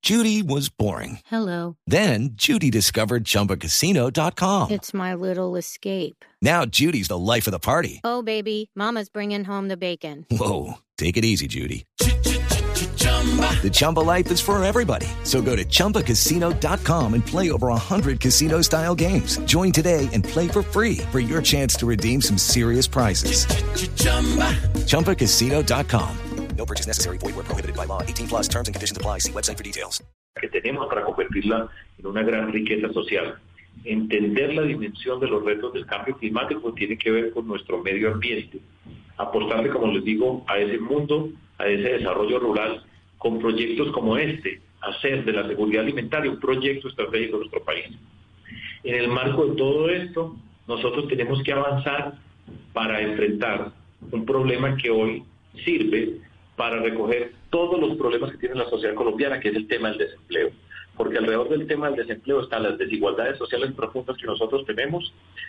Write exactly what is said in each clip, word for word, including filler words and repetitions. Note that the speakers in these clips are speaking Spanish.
Judy was boring. Hello. Then Judy discovered Chumba Casino dot com. It's my little escape. Now Judy's the life of the party. Oh, baby, mama's bringing home the bacon. Whoa, take it easy, Judy. The Chumba life is for everybody. So go to Chumba Casino dot com and play over one hundred casino-style games. Join today and play for free for your chance to redeem some serious prizes. Chumba Casino dot com. No purchase necessary. Void where prohibited by law. eighteen plus terms and conditions apply. See website for details. Que tenemos para convertirla en una gran riqueza social. Entender la dimensión de los retos del cambio climático tiene que ver con nuestro medio ambiente. Apostarle, como les digo, a ese mundo, a ese desarrollo rural, con proyectos como este, hacer de la seguridad alimentaria un proyecto estratégico de nuestro país. En el marco de todo esto, nosotros tenemos que avanzar para enfrentar un problema que hoy sirve para recoger todos los problemas que tiene la sociedad colombiana, que es el tema del desempleo. Porque alrededor del tema del desempleo están las desigualdades sociales profundas que nosotros tenemos,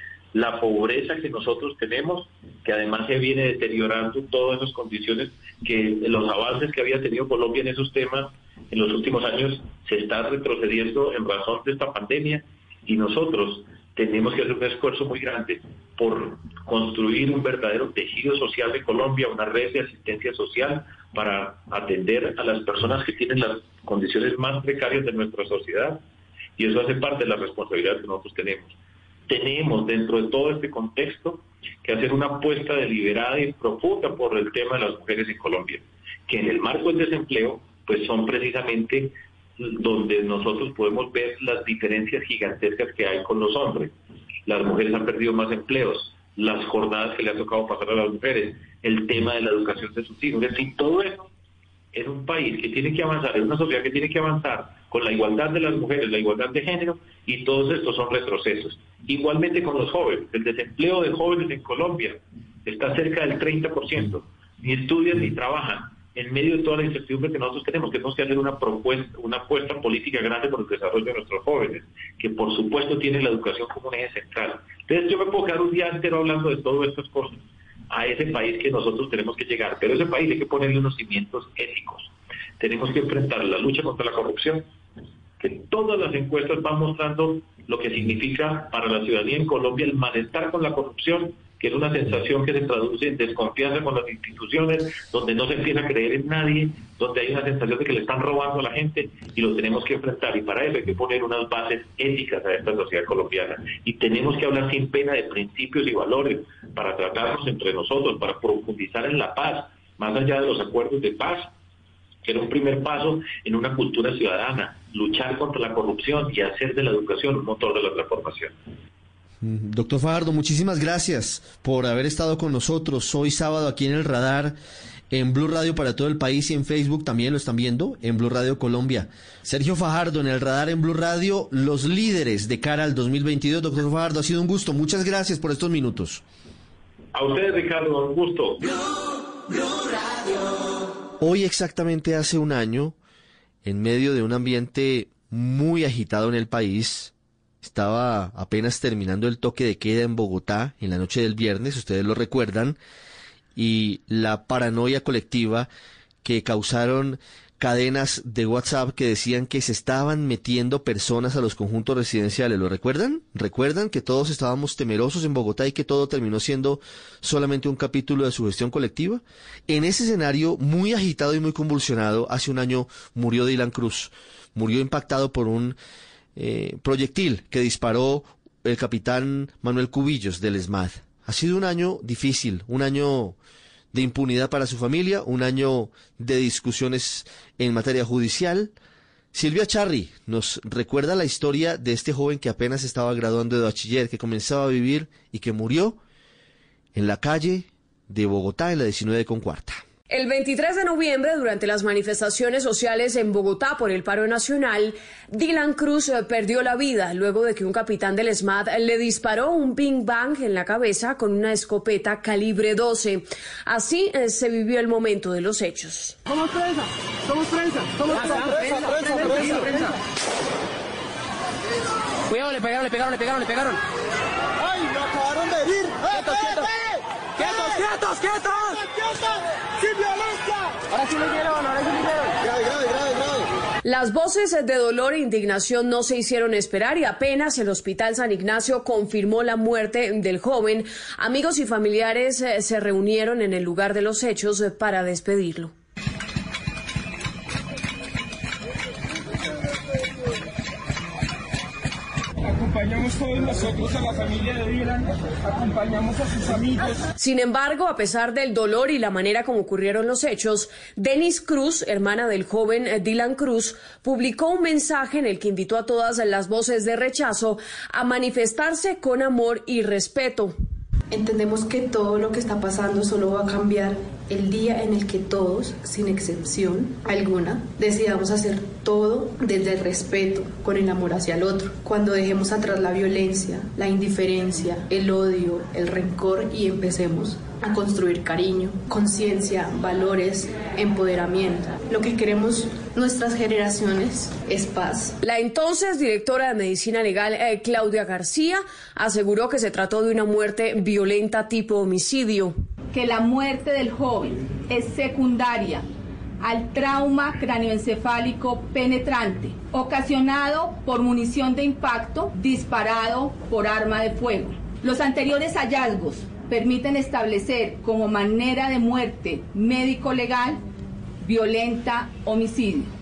la pobreza que nosotros tenemos, que además se viene deteriorando todas esas condiciones, que los avances que había tenido Colombia en esos temas en los últimos años se está retrocediendo en razón de esta pandemia, y nosotros tenemos que hacer un esfuerzo muy grande por construir un verdadero tejido social de Colombia, una red de asistencia social para atender a las personas que tienen las condiciones más precarias de nuestra sociedad, y eso hace parte de la responsabilidad que nosotros tenemos. Tenemos dentro de todo este contexto que hacer una apuesta deliberada y profunda por el tema de las mujeres en Colombia, que en el marco del desempleo pues son precisamente donde nosotros podemos ver las diferencias gigantescas que hay con los hombres. Las mujeres han perdido más empleos, las jornadas que le ha tocado pasar a las mujeres, el tema de la educación de sus hijos, en fin, todo eso es un país que tiene que avanzar, es una sociedad que tiene que avanzar con la igualdad de las mujeres, la igualdad de género, y todos estos son retrocesos. Igualmente con los jóvenes, el desempleo de jóvenes en Colombia está cerca del treinta por ciento, ni estudian ni trabajan. En medio de toda la incertidumbre que nosotros tenemos, tenemos que hacer una propuesta, una apuesta política grande por el desarrollo de nuestros jóvenes, que por supuesto tienen la educación como un eje central. Entonces yo me puedo quedar un día entero hablando de todas estas cosas, a ese país que nosotros tenemos que llegar, pero ese país hay que ponerle unos cimientos éticos. Tenemos que enfrentar la lucha contra la corrupción, que todas las encuestas van mostrando lo que significa para la ciudadanía en Colombia el malestar con la corrupción, que es una sensación que se traduce en desconfianza con las instituciones, donde no se empieza a creer en nadie, donde hay una sensación de que le están robando a la gente, y lo tenemos que enfrentar, y para eso hay que poner unas bases éticas a esta sociedad colombiana, y tenemos que hablar sin pena de principios y valores, para tratarnos entre nosotros, para profundizar en la paz, más allá de los acuerdos de paz, que era un primer paso en una cultura ciudadana, luchar contra la corrupción y hacer de la educación un motor de la transformación. Doctor Fajardo, muchísimas gracias por haber estado con nosotros hoy sábado aquí en El Radar, en Blue Radio para todo el país, y en Facebook también lo están viendo, en Blue Radio Colombia. Sergio Fajardo en El Radar en Blue Radio, los líderes de cara al dos mil veintidós. Doctor Fajardo, ha sido un gusto, muchas gracias por estos minutos. A ustedes, Ricardo, un gusto. Blue, Blue Radio. Hoy exactamente hace un año, en medio de un ambiente muy agitado en el país, estaba apenas terminando el toque de queda en Bogotá en la noche del viernes, ustedes lo recuerdan, y la paranoia colectiva que causaron cadenas de WhatsApp que decían que se estaban metiendo personas a los conjuntos residenciales. ¿Lo recuerdan? ¿Recuerdan que todos estábamos temerosos en Bogotá y que todo terminó siendo solamente un capítulo de su gestión colectiva? En ese escenario muy agitado y muy convulsionado, hace un año murió Dylan Cruz. Murió impactado por un Eh, proyectil que disparó el capitán Manuel Cubillos del ESMAD. Ha sido un año difícil, un año de impunidad para su familia, un año de discusiones en materia judicial. Silvia Charri nos recuerda la historia de este joven que apenas estaba graduando de bachiller, que comenzaba a vivir y que murió en la calle de Bogotá en la diecinueve con cuarta. El veintitrés de noviembre, durante las manifestaciones sociales en Bogotá por el paro nacional, Dylan Cruz perdió la vida luego de que un capitán del ESMAD le disparó un bing bang en la cabeza con una escopeta calibre doce. Así eh, se vivió el momento de los hechos. ¡Somos prensa! ¡Somos prensa! ¡Somos prensa! ¡Prensa! ¡Prensa! ¡Prensa! ¡Prensa! Cuidado, le pegaron, le pegaron, le pegaron, le pegaron. ¡Ay, lo acabaron de herir! ¡Quietos, quietos! ¡Quietos, quietos, quietos! ¡Quietos! ¡Sin violencia! Ahora sí le dieron, ahora sí le dieron. Grave, grave, grave, grave. Las voces de dolor e indignación no se hicieron esperar y apenas el Hospital San Ignacio confirmó la muerte del joven, amigos y familiares se reunieron en el lugar de los hechos para despedirlo. Acompañamos todos nosotros a la familia de Dylan, acompañamos a sus amigos. Sin embargo, a pesar del dolor y la manera como ocurrieron los hechos, Dennis Cruz, hermana del joven Dylan Cruz, publicó un mensaje en el que invitó a todas las voces de rechazo a manifestarse con amor y respeto. Entendemos que todo lo que está pasando solo va a cambiar el día en el que todos, sin excepción alguna, decidamos hacer todo desde el respeto, con el amor hacia el otro. Cuando dejemos atrás la violencia, la indiferencia, el odio, el rencor y empecemos a construir cariño, conciencia, valores, empoderamiento. Lo que queremos nuestras generaciones es paz. La entonces directora de Medicina Legal, eh, Claudia García, aseguró que se trató de una muerte violenta tipo homicidio. Que la muerte del joven es secundaria al trauma cráneoencefálico penetrante, ocasionado por munición de impacto disparado por arma de fuego. Los anteriores hallazgos permiten establecer como manera de muerte médico-legal violenta homicidio.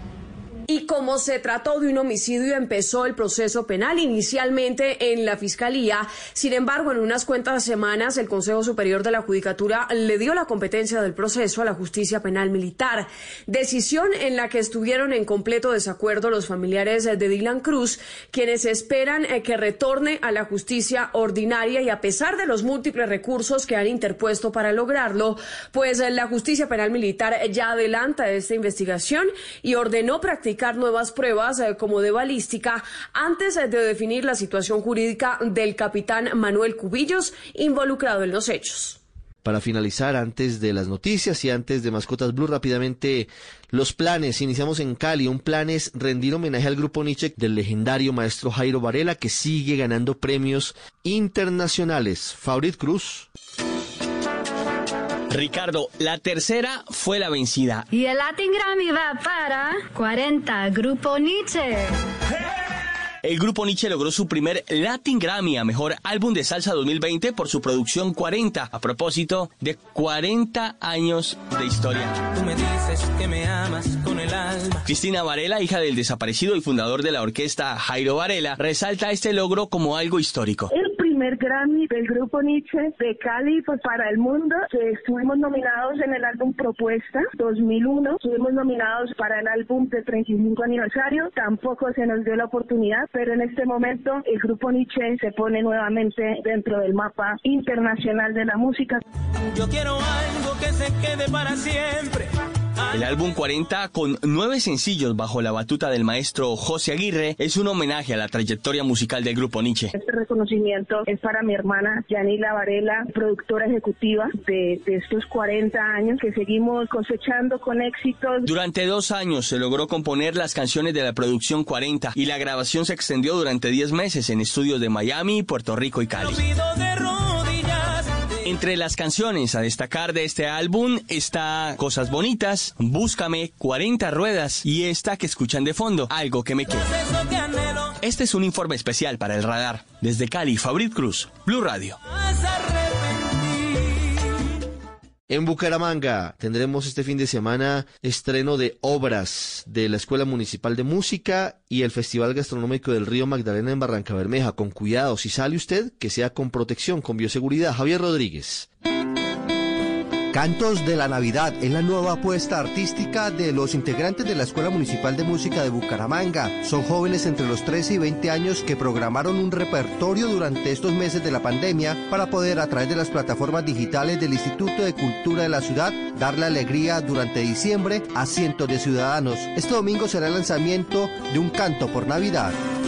Y como se trató de un homicidio, empezó el proceso penal inicialmente en la Fiscalía. Sin embargo, en unas cuantas semanas, el Consejo Superior de la Judicatura le dio la competencia del proceso a la Justicia Penal Militar. Decisión en la que estuvieron en completo desacuerdo los familiares de Dylan Cruz, quienes esperan que retorne a la justicia ordinaria y a pesar de los múltiples recursos que han interpuesto para lograrlo, pues la Justicia Penal Militar ya adelanta esta investigación y ordenó practicar nuevas pruebas eh, como de balística antes eh, de definir la situación jurídica del capitán Manuel Cubillos involucrado en los hechos. Para finalizar, antes de las noticias y antes de Mascotas Blue, rápidamente los planes. Iniciamos en Cali. Un plan es rendir homenaje al grupo Nietzsche del legendario maestro Jairo Varela, que sigue ganando premios internacionales. Fabrit Cruz. Ricardo, la tercera fue la vencida. Y el Latin Grammy va para cuarenta, Grupo Nietzsche. El Grupo Nietzsche logró su primer Latin Grammy a Mejor Álbum de Salsa dos mil veinte por su producción cuarenta, a propósito de cuarenta años de historia. Tú me dices que me amas con el alma. Cristina Varela, hija del desaparecido y fundador de la orquesta Jairo Varela, resalta este logro como algo histórico. El primer Grammy del Grupo Nietzsche de Cali, pues para el mundo. Estuvimos nominados en el álbum Propuesta dos mil uno, estuvimos nominados para el álbum de treinta y cinco aniversario, tampoco se nos dio la oportunidad, pero en este momento el Grupo Nietzsche se pone nuevamente dentro del mapa internacional de la música. Yo quiero algo que se quede para siempre. El álbum cuarenta, con nueve sencillos bajo la batuta del maestro José Aguirre, es un homenaje a la trayectoria musical del Grupo Nietzsche. Este reconocimiento es para mi hermana Yanila Varela, productora ejecutiva de, de estos cuarenta años que seguimos cosechando con éxitos. Durante dos años se logró componer las canciones de la producción cuarenta y la grabación se extendió durante diez meses en estudios de Miami, Puerto Rico y Cali. Entre las canciones a destacar de este álbum está Cosas Bonitas, Búscame, cuarenta Ruedas y esta que escuchan de fondo, Algo que me queda. Este es un informe especial para el radar. Desde Cali, Fabrit Cruz, Blue Radio. En Bucaramanga tendremos este fin de semana estreno de obras de la Escuela Municipal de Música y el Festival Gastronómico del Río Magdalena en Barranca Bermeja. Con cuidado, si sale usted, que sea con protección, con bioseguridad. Javier Rodríguez. Cantos de la Navidad es la nueva apuesta artística de los integrantes de la Escuela Municipal de Música de Bucaramanga. Son jóvenes entre los trece y veinte años que programaron un repertorio durante estos meses de la pandemia para poder, a través de las plataformas digitales del Instituto de Cultura de la ciudad, darle alegría durante diciembre a cientos de ciudadanos. Este domingo será el lanzamiento de un canto por Navidad.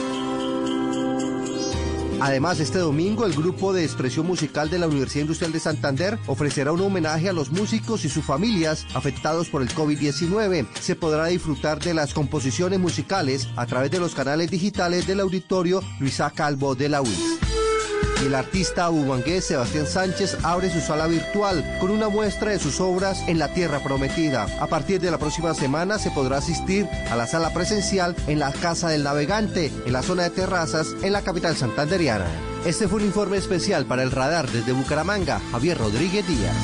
Además, este domingo el Grupo de Expresión Musical de la Universidad Industrial de Santander ofrecerá un homenaje a los músicos y sus familias afectados por el COVID diecinueve. Se podrá disfrutar de las composiciones musicales a través de los canales digitales del auditorio Luisa Calvo de la U I S. y el artista bumangués Sebastián Sánchez abre su sala virtual con una muestra de sus obras en la Tierra Prometida. A partir de la próxima semana se podrá asistir a la sala presencial en la Casa del Navegante, en la zona de terrazas, en la capital santanderiana. Este fue un informe especial para el Radar desde Bucaramanga, Javier Rodríguez Díaz.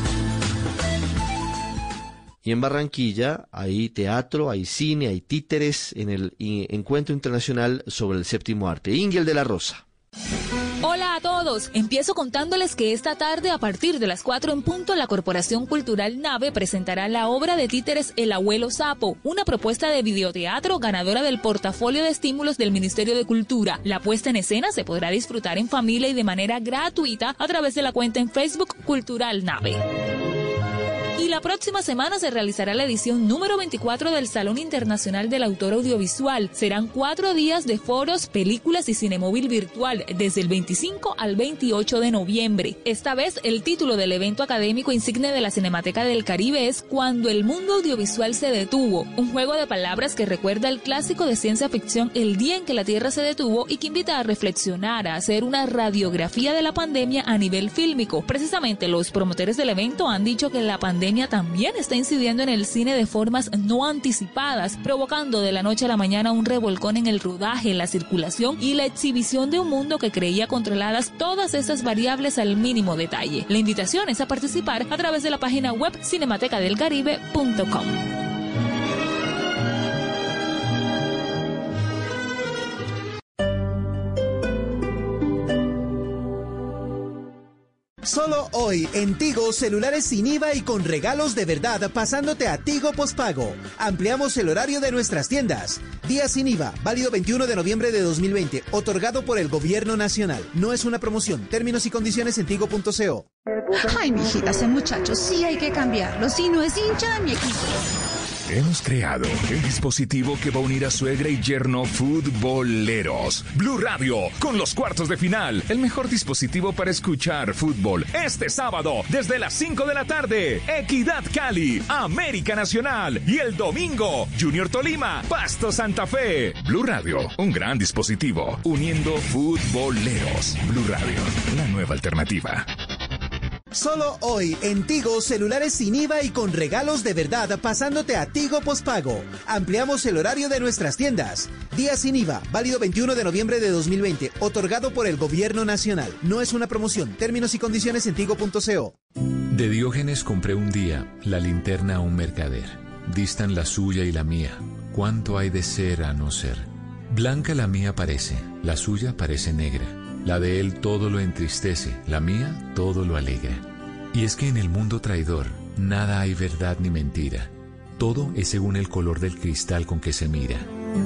Y en Barranquilla hay teatro, hay cine, hay títeres en el Encuentro Internacional sobre el Séptimo Arte. Ingel de la Rosa. Hola a todos, empiezo contándoles que esta tarde a partir de las cuatro en punto la Corporación Cultural Nave presentará la obra de títeres El Abuelo Sapo, una propuesta de videoteatro ganadora del portafolio de estímulos del Ministerio de Cultura. La puesta en escena se podrá disfrutar en familia y de manera gratuita a través de la cuenta en Facebook Cultural Nave. Y la próxima semana se realizará la edición número veinticuatro del Salón Internacional del Autor Audiovisual. Serán cuatro días de foros, películas y cinemóvil virtual desde el veinticinco al veintiocho de noviembre. Esta vez el título del evento académico insigne de la Cinemateca del Caribe es Cuando el mundo audiovisual se detuvo, un juego de palabras que recuerda el clásico de ciencia ficción El día en que la Tierra se detuvo y que invita a reflexionar, a hacer una radiografía de la pandemia a nivel fílmico. Precisamente los promotores del evento han dicho que la pandemia también está incidiendo en el cine de formas no anticipadas, provocando de la noche a la mañana un revolcón en el rodaje, la circulación y la exhibición de un mundo que creía controladas todas esas variables al mínimo detalle. La invitación es a participar a través de la página web cinemateca del caribe punto com. Solo hoy en Tigo, celulares sin I V A y con regalos de verdad pasándote a Tigo Postpago. Ampliamos el horario de nuestras tiendas. Día sin I V A, válido veintiuno de noviembre de dos mil veinte, otorgado por el Gobierno Nacional. No es una promoción. Términos y condiciones en tigo punto co. Ay, mijita, ese muchacho sí hay que cambiarlo, si no es hincha de mi equipo. Hemos creado el dispositivo que va a unir a suegra y yerno futboleros. Blue Radio, con los cuartos de final. El mejor dispositivo para escuchar fútbol. Este sábado, desde las cinco de la tarde. Equidad Cali, América Nacional. Y el domingo, Junior Tolima, Pasto Santa Fe. Blue Radio, un gran dispositivo. Uniendo futboleros. Blue Radio, la nueva alternativa. Solo hoy en Tigo, celulares sin I V A y con regalos de verdad pasándote a Tigo Postpago. Ampliamos el horario de nuestras tiendas. Día sin I V A, válido veintiuno de noviembre de dos mil veinte, otorgado por el Gobierno Nacional. No es una promoción. Términos y condiciones en tigo punto co. De Diógenes compré un día la linterna a un mercader. Distan la suya y la mía. ¿Cuánto hay de ser a no ser? Blanca la mía parece, la suya parece negra. La de él todo lo entristece, la mía todo lo alegra. Y es que en el mundo traidor nada hay verdad ni mentira. Todo es según el color del cristal con que se mira.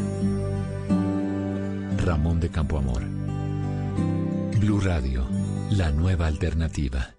Ramón de Campoamor. Blue Radio, la nueva alternativa.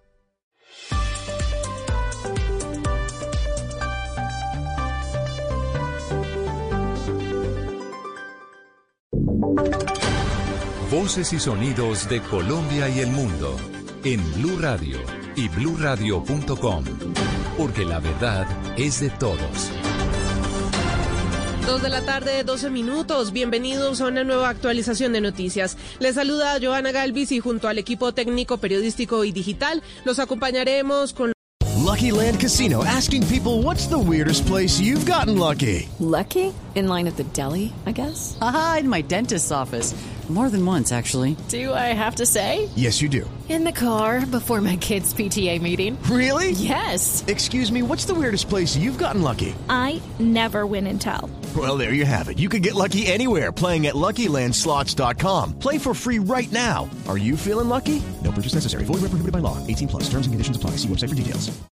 Voces y sonidos de Colombia y el mundo en Blue Radio y blue radio punto com, porque la verdad es de todos. Dos de la tarde, doce minutos. Bienvenidos a una nueva actualización de noticias. Les saluda Joana Galvis y junto al equipo técnico, periodístico y digital los acompañaremos con Lucky Land Casino, asking people, what's the weirdest place you've gotten lucky? Lucky? In line at the deli, I guess? Aha, in my dentist's office. More than once, actually. Do I have to say? Yes, you do. In the car before my kids' P T A meeting. Really? Yes. Excuse me, what's the weirdest place you've gotten lucky? I never win and tell. Well, there you have it. You can get lucky anywhere, playing at lucky land slots dot com. Play for free right now. Are you feeling lucky? No purchase necessary. Void where prohibited by law. eighteen plus. Terms and conditions apply. See website for details.